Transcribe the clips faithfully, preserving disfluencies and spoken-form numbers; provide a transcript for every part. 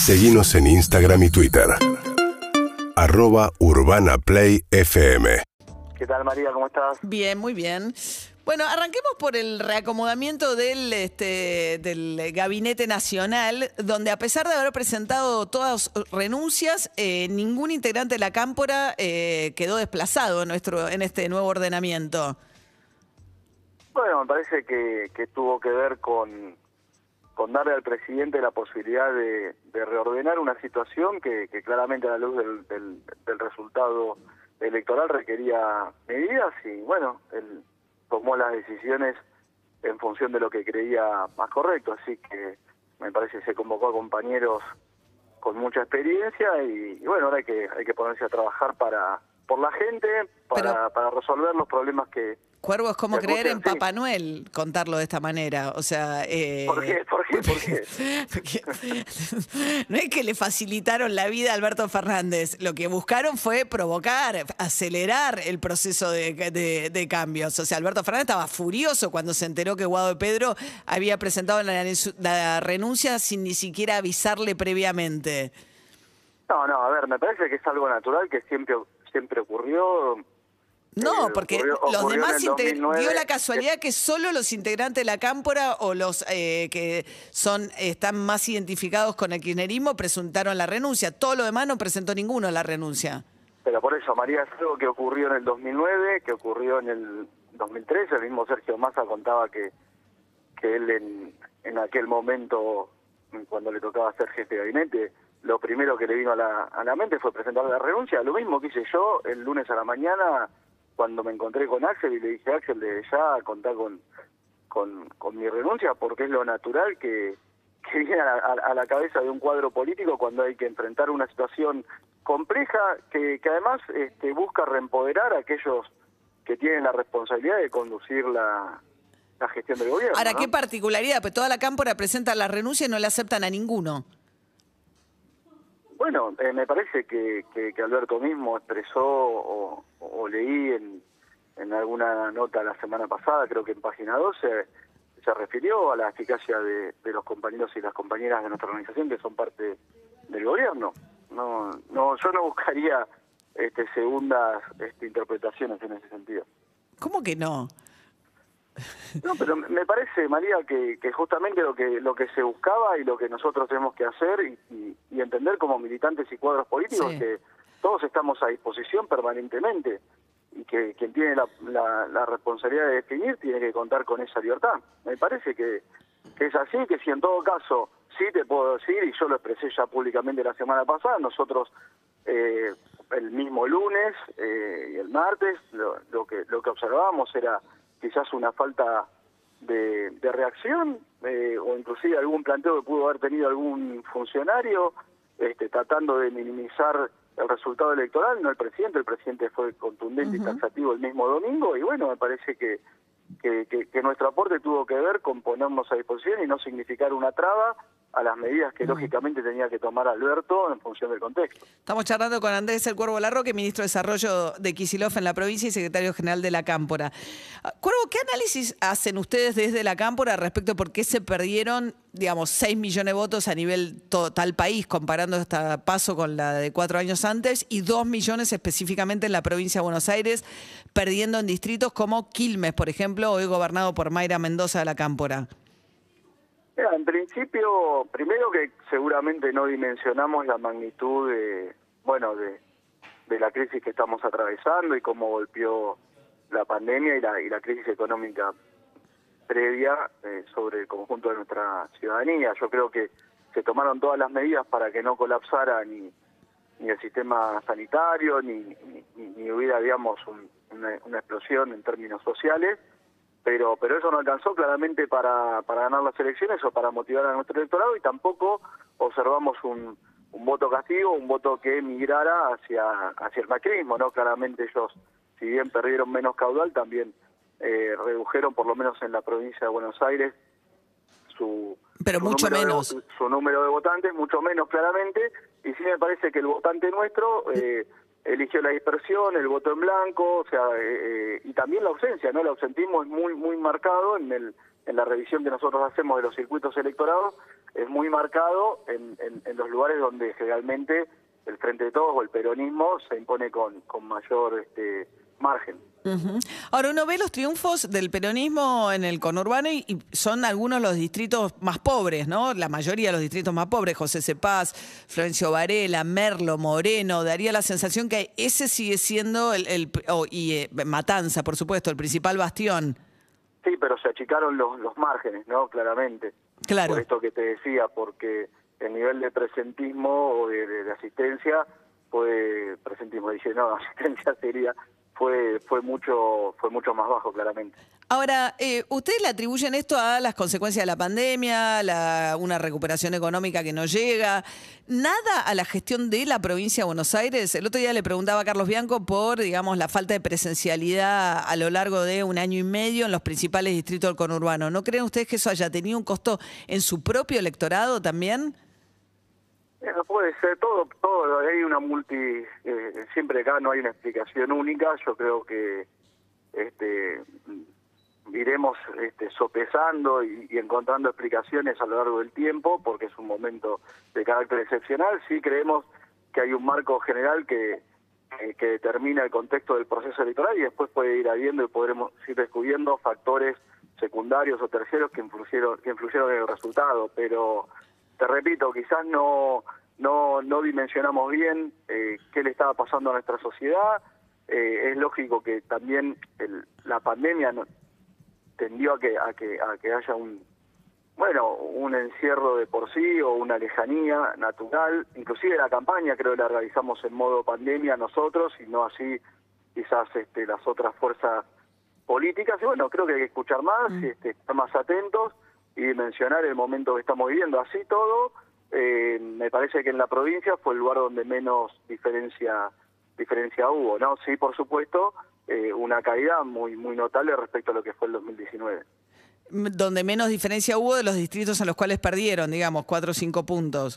Seguinos en Instagram y Twitter. Arroba Urbana Play F M. ¿Qué tal, María? ¿Cómo estás? Bien, muy bien. Bueno, arranquemos por el reacomodamiento del, este, del Gabinete Nacional, donde a pesar de haber presentado todas renuncias, eh, ningún integrante de la Cámpora eh, quedó desplazado en, nuestro, en este nuevo ordenamiento. Bueno, me parece que, que tuvo que ver con, con darle al presidente la posibilidad de, de reordenar una situación que, que claramente a la luz del, del, del resultado electoral requería medidas y bueno, él tomó las decisiones en función de lo que creía más correcto, así que me parece que se convocó a compañeros con mucha experiencia y, y bueno, ahora hay que hay que ponerse a trabajar para por la gente, para, Pero, para resolver los problemas que... Cuervo, es como creer en sí. Papá Noel contarlo de esta manera, o sea... Eh, ¿Por qué? ¿Por qué? ¿Por qué? Porque no es que le facilitaron la vida a Alberto Fernández, lo que buscaron fue provocar, acelerar el proceso de, de, de cambios. O sea, Alberto Fernández estaba furioso cuando se enteró que Guado de Pedro había presentado la, la renuncia sin ni siquiera avisarle previamente. No, no, a ver, me parece que es algo natural que siempre, siempre ocurrió. No, eh, porque ocurrió, los ocurrió demás en dio la casualidad que solo los integrantes de la Cámpora o los eh, que son están más identificados con el kirchnerismo presentaron la renuncia. Todo lo demás no presentó ninguno la renuncia. Pero por eso, María, es algo que ocurrió en el dos mil nueve, que ocurrió en el dos mil trece. El mismo Sergio Massa contaba que, que él en, en aquel momento, cuando le tocaba ser jefe de gabinete, lo primero que le vino a la, a la mente fue presentar la renuncia. Lo mismo que hice yo el lunes a la mañana cuando me encontré con Axel y le dije, Axel, desde ya contá con, con, con mi renuncia porque es lo natural que, que viene a la, a, a la cabeza de un cuadro político cuando hay que enfrentar una situación compleja que, que además este, busca reempoderar a aquellos que tienen la responsabilidad de conducir la, la gestión del gobierno. Ahora, ¿no? qué particularidad, pues toda la Cámpora presenta la renuncia y no le aceptan a ninguno. Bueno, eh, me parece que, que, que Alberto mismo expresó o, o leí en, en alguna nota la semana pasada, creo que en página doce, se refirió a la eficacia de, de los compañeros y las compañeras de nuestra organización que son parte del gobierno. No, no, yo no buscaría este, segundas este, interpretaciones en ese sentido. ¿Cómo que no? No, pero me parece, María, que, que justamente lo que lo que se buscaba y lo que nosotros tenemos que hacer y, y, y entender como militantes y cuadros políticos Sí. que todos estamos a disposición permanentemente y que quien tiene la, la, la responsabilidad de definir tiene que contar con esa libertad. Me parece que, que es así, que si en todo caso sí te puedo decir, y yo lo expresé ya públicamente la semana pasada, nosotros eh, el mismo lunes eh, y el martes lo, lo que lo que observábamos era quizás una falta de, de reacción eh, o inclusive algún planteo que pudo haber tenido algún funcionario este, tratando de minimizar el resultado electoral, no el presidente, el presidente fue contundente uh-huh. y taxativo el mismo domingo y bueno, me parece que, que, que, que nuestro aporte tuvo que ver con ponernos a disposición y no significar una traba a las medidas que uh-huh. lógicamente tenía que tomar Alberto en función del contexto. Estamos charlando con Andrés El Cuervo Larroque, ministro de Desarrollo de Kicillof en la provincia y secretario general de la Cámpora. Cuervo, ¿qué análisis hacen ustedes desde la Cámpora respecto a por qué se perdieron, digamos, seis millones de votos a nivel total país, comparando este paso con la de cuatro años antes, y dos millones específicamente en la provincia de Buenos Aires, perdiendo en distritos como Quilmes, por ejemplo, hoy gobernado por Mayra Mendoza de la Cámpora? Mira, en principio, primero que seguramente no dimensionamos la magnitud de, bueno, de, de la crisis que estamos atravesando y cómo golpeó la pandemia y la, y la crisis económica previa eh, sobre el conjunto de nuestra ciudadanía. Yo creo que se tomaron todas las medidas para que no colapsara ni, ni el sistema sanitario, ni, ni, ni hubiera, digamos, un, una, una explosión en términos sociales. Pero pero eso no alcanzó claramente para, para ganar las elecciones o para motivar a nuestro electorado y tampoco observamos un, un voto castigo, un voto que migrara hacia, hacia el macrismo, ¿no? Claramente ellos, si bien perdieron menos caudal, también eh, redujeron, por lo menos en la provincia de Buenos Aires, su, pero su, mucho número, menos. De, su número de votantes, mucho menos claramente, y sí me parece que el votante nuestro... Eh, eligió la dispersión, el voto en blanco, o sea, eh, y también la ausencia, ¿no? El ausentismo es muy muy marcado en el en la revisión que nosotros hacemos de los circuitos electorales, es muy marcado en, en, en los lugares donde generalmente el Frente de Todos o el peronismo se impone con, con mayor este, margen. Uh-huh. Ahora, uno ve los triunfos del peronismo en el conurbano y, y son algunos los distritos más pobres, ¿no? La mayoría de los distritos más pobres, José Cepaz, Florencio Varela, Merlo, Moreno, daría la sensación que ese sigue siendo, el, el oh, y eh, Matanza, por supuesto, el principal bastión. Sí, pero se achicaron los, los márgenes, ¿no? Claramente. Claro. Por esto que te decía, porque el nivel de presentismo o de, de, de asistencia fue, presentismo, dice, no, asistencia sería... fue fue mucho fue mucho más bajo, claramente. Ahora, eh, ¿ustedes le atribuyen esto a las consecuencias de la pandemia, la, una recuperación económica que no llega? ¿Nada a la gestión de la provincia de Buenos Aires? El otro día le preguntaba a Carlos Bianco por, digamos, la falta de presencialidad a lo largo de un año y medio en los principales distritos del conurbano. ¿No creen ustedes que eso haya tenido un costo en su propio electorado también? No puede ser, todo, todo, hay una multi, eh, siempre acá no hay una explicación única, yo creo que este iremos este, sopesando y, y encontrando explicaciones a lo largo del tiempo, porque es un momento de carácter excepcional. Sí creemos que hay un marco general que, que, que determina el contexto del proceso electoral y después puede ir habiendo y podremos ir descubriendo factores secundarios o terceros que influyeron, que influyeron en el resultado, pero... Te repito, quizás no no no dimensionamos bien eh, qué le estaba pasando a nuestra sociedad. Eh, es lógico que también el, la pandemia no, tendió a que a que a que haya un bueno un encierro de por sí o una lejanía natural. Inclusive la campaña creo que la realizamos en modo pandemia nosotros y no así quizás este, las otras fuerzas políticas. Y bueno, creo que hay que escuchar más, mm. este, estar más atentos y mencionar el momento que estamos viviendo. Así todo, eh, me parece que en la provincia fue el lugar donde menos diferencia diferencia hubo, ¿no? Sí, por supuesto, eh, una caída muy muy notable respecto a lo que fue el dos mil diecinueve. Donde menos diferencia hubo de los distritos en los cuales perdieron, digamos, cuatro o cinco puntos.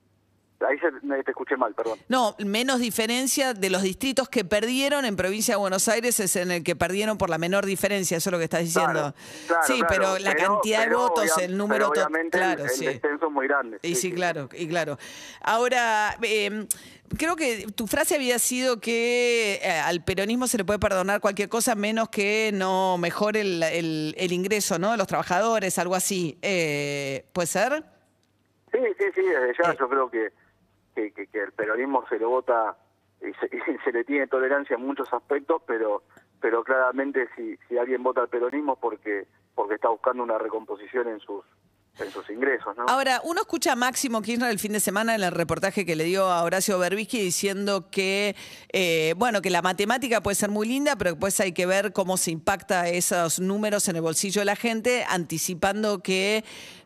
Ahí se, te escuché mal, perdón. No, menos diferencia de los distritos que perdieron en Provincia de Buenos Aires es en el que perdieron por la menor diferencia, eso es lo que estás diciendo. Claro, claro, sí, claro, pero la pero, cantidad pero de votos, obvia, el número total, claro, el, el sí. descenso es muy grande. Y sí, sí, sí, claro, y claro. Ahora, eh, creo que tu frase había sido que eh, al peronismo se le puede perdonar cualquier cosa menos que no mejore el, el, el ingreso, ¿no? de los trabajadores, algo así. Eh, ¿Puede ser? Sí, sí, sí, desde ya eh. yo creo que Que, que, que el peronismo se le vota y se, y se le tiene tolerancia en muchos aspectos, pero pero claramente si si alguien vota al peronismo porque porque está buscando una recomposición en sus en sus ingresos, ¿no? Ahora, uno escucha a Máximo Kirchner el fin de semana en el reportaje que le dio a Horacio Berbisky diciendo que, eh, bueno, que la matemática puede ser muy linda, pero después hay que ver cómo se impacta esos números en el bolsillo de la gente, anticipando que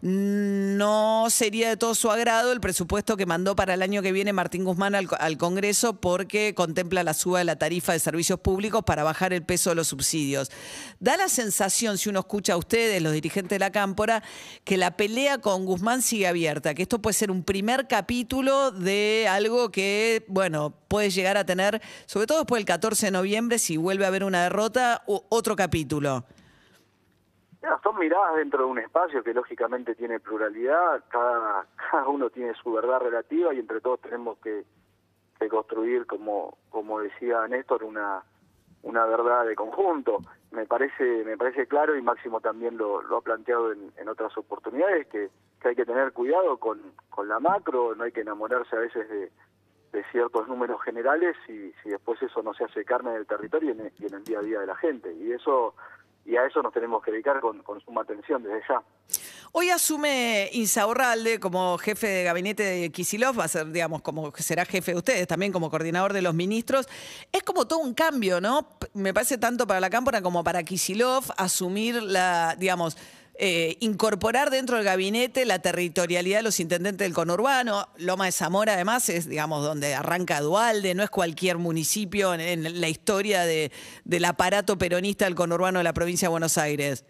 no sería de todo su agrado el presupuesto que mandó para el año que viene Martín Guzmán al, al Congreso, porque contempla la suba de la tarifa de servicios públicos para bajar el peso de los subsidios. Da la sensación, si uno escucha a ustedes, los dirigentes de la Cámpora, que la pelea con Guzmán sigue abierta, que esto puede ser un primer capítulo de algo que, bueno, puede llegar a tener, sobre todo después del catorce de noviembre, si vuelve a haber una derrota, o otro capítulo. No, son miradas dentro de un espacio que lógicamente tiene pluralidad, cada, cada uno tiene su verdad relativa y entre todos tenemos que, que construir, como como decía Néstor, una una verdad de conjunto. Me parece me parece claro, y Máximo también lo, lo ha planteado en, en otras oportunidades, que, que hay que tener cuidado con, con la macro, no hay que enamorarse a veces de, de ciertos números generales y si después eso no se hace carne en el territorio y en, y en el día a día de la gente. Y eso y a eso nos tenemos que dedicar con, con suma atención desde ya. Hoy asume Insaurralde como jefe de gabinete de Kicillof, va a ser, digamos, como que será jefe de ustedes, también como coordinador de los ministros. Es como todo un cambio, ¿no? Me parece tanto para la Cámpora como para Kicillof asumir la, digamos, eh, incorporar dentro del gabinete la territorialidad de los intendentes del conurbano. Loma de Zamora, además, es, digamos, donde arranca Duhalde, no es cualquier municipio en, en la historia de, del aparato peronista del conurbano de la provincia de Buenos Aires.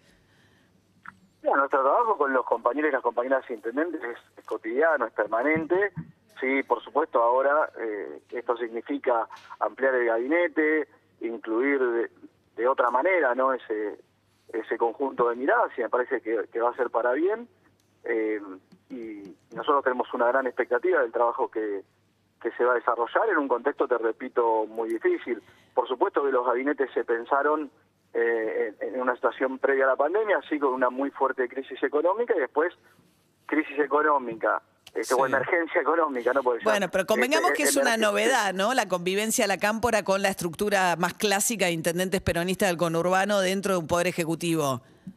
Mira, nuestro trabajo con los compañeros y las compañeras intendentes es, es cotidiano, es permanente, sí, por supuesto, ahora eh, esto significa ampliar el gabinete, incluir de, de otra manera, ¿no? Ese ese conjunto de miradas, y me parece que, que va a ser para bien. Eh, y nosotros tenemos una gran expectativa del trabajo que, que se va a desarrollar en un contexto, te repito, muy difícil. Por supuesto que los gabinetes se pensaron eh, en, en una situación previa a la pandemia, así con una muy fuerte crisis económica, y después crisis económica, este, Sí. o emergencia económica, ¿no? Porque ya, Bueno, pero convengamos este, que es una emergencia- novedad, ¿no? La convivencia de la cámpora con la estructura más clásica de intendentes peronistas del conurbano dentro de un poder ejecutivo.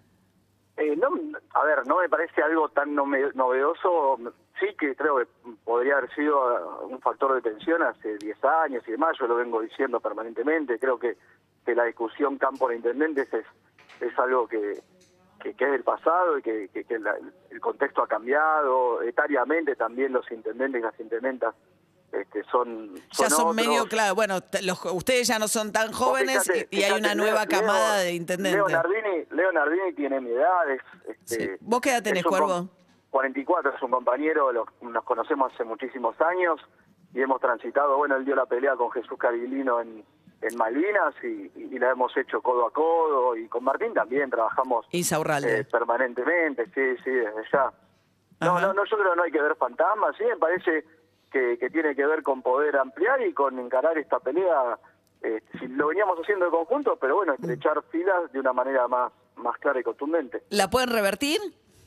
Eh, no, a ver, no me parece algo tan nome- novedoso. Sí que creo que podría haber sido uh, un factor de tensión hace diez años y demás, yo lo vengo diciendo permanentemente. Creo que, que la discusión cámpora-intendentes es, es algo que, que, que es del pasado y que, que, que la- el contexto ha cambiado. Etariamente también los intendentes y las intendentas este, son, Ya son otros. medio, claro, bueno, t- los- ustedes ya no son tan Vos jóvenes fíjate, y, y hay fíjate, una nueva Leo- camada Leo- de intendentes. Leo Nardini, Leo Nardini tiene mi edad. Es, este, Sí. ¿Vos qué edad tenés, es un Cuervo? com- cuarenta y cuatro, es un compañero, lo- nos conocemos hace muchísimos años y hemos transitado, bueno, él dio la pelea con Jesús Cariglino en, en Malvinas y, y- y la hemos hecho codo a codo, y con Martín también trabajamos Insaurralde. eh, permanentemente, sí, sí, desde ya. No, Ajá. no, no, yo creo que no hay que ver fantasmas, sí, me parece que, que tiene que ver con poder ampliar y con encarar esta pelea, eh, si lo veníamos haciendo de conjunto, pero bueno, estrechar filas de una manera más, más clara y contundente. ¿La pueden revertir?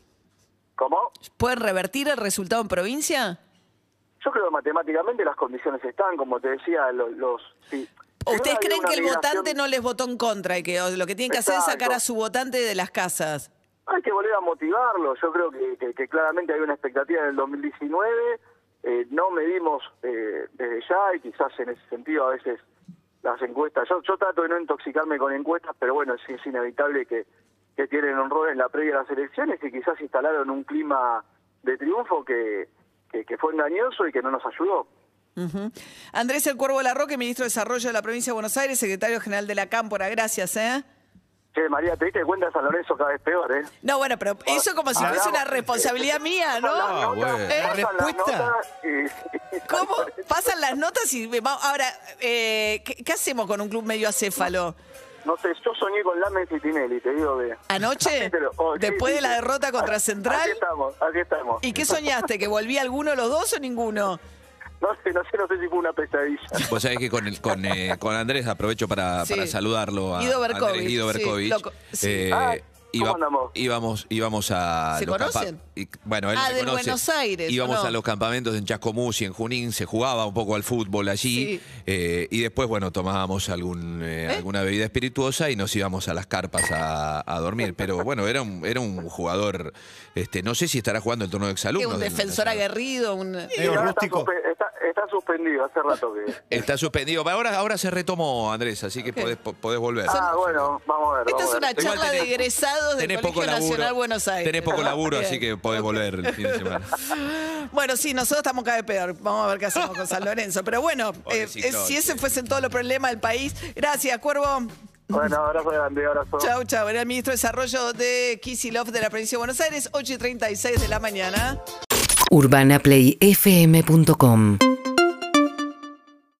¿Cómo? ¿Pueden revertir el resultado en provincia? Yo creo que matemáticamente las condiciones están, como te decía, los... los sí. ¿O ¿Ustedes Si no, hay creen una que el migración- votante no les votó en contra y que o, lo que tienen que hacer es sacar Exacto. a su votante de las casas? Hay que volver a motivarlo. Yo creo que, que, que claramente hay una expectativa en el dos mil diecinueve. Eh, no medimos eh, desde ya, y quizás en ese sentido a veces las encuestas... Yo, yo trato de no intoxicarme con encuestas, pero bueno, sí es inevitable que, que tienen un rol en la previa de las elecciones y quizás instalaron un clima de triunfo que, que, que fue engañoso y que no nos ayudó. Ujú. Andrés El Cuervo Larroque, ministro de Desarrollo de la Provincia de Buenos Aires, secretario general de la Cámpora. Gracias, ¿eh? Che, María, te diste cuenta de San Lorenzo cada vez peor, ¿eh? No, bueno, pero eso como si fuese una responsabilidad mía, ¿no? Ah, bueno. ¿Eh? La respuesta- ¿Cómo? Pasan las notas y... va- Ahora, eh, ¿qué, qué hacemos con un club medio acéfalo? No sé, yo soñé con Lames y Tinelli, te digo de... ¿Anoche? Así te lo- oh, sí, ¿Después sí, de la sí. derrota contra Aquí- Central? Aquí estamos, aquí estamos. ¿Y qué soñaste? ¿Que volvía alguno de los dos o ninguno? No sé, no sé, no sé si fue una pesadilla. Vos sabés que con, el, con, eh, con Andrés aprovecho para, Sí. para saludarlo a Guido Andrés Berkovich, Guido sí, Berkovich. loco- sí. Eh, Ah, ¿cómo andamos? íbamos, íbamos a ¿Se los conocen? campa- y- bueno, él Ah, me de conoce. Buenos Aires, ¿o Íbamos no? a los campamentos en Chascomús y en Junín, se jugaba un poco al fútbol allí. Sí. eh, y después, bueno, tomábamos algún, eh, ¿Eh? alguna bebida espirituosa y nos íbamos a las carpas a, a dormir. Pero bueno, era un, era un jugador, este, no sé si estará jugando el torneo de ¿Qué, exalumnos. un del defensor Nacional. aguerrido? Un... Y Medio ahora está, rústico. suspe- está, está suspendido, hace rato que... Está suspendido. Pero ahora, ahora se retomó, Andrés, así que Ok. podés, po- podés volver. Ah, bueno, vamos a ver. Esta vamos es a ver. una Igual charla de tenés- egresados del Tenés Colegio poco laburo. Nacional Buenos Aires. Tenés poco laburo, Bien. así que podés volver el fin de semana. Bueno, sí, nosotros estamos cada vez peor. Vamos a ver qué hacemos con San Lorenzo. Pero bueno, Pobre eh, Ciclón, si ese sí. fuesen todos los problemas del país. Gracias, Cuervo. Bueno, abrazo grande, abrazo. Chau, chau. Era el ministro de Desarrollo de Kicillof de la Provincia de Buenos Aires, ocho y treinta y seis de la mañana. urbana play f m punto com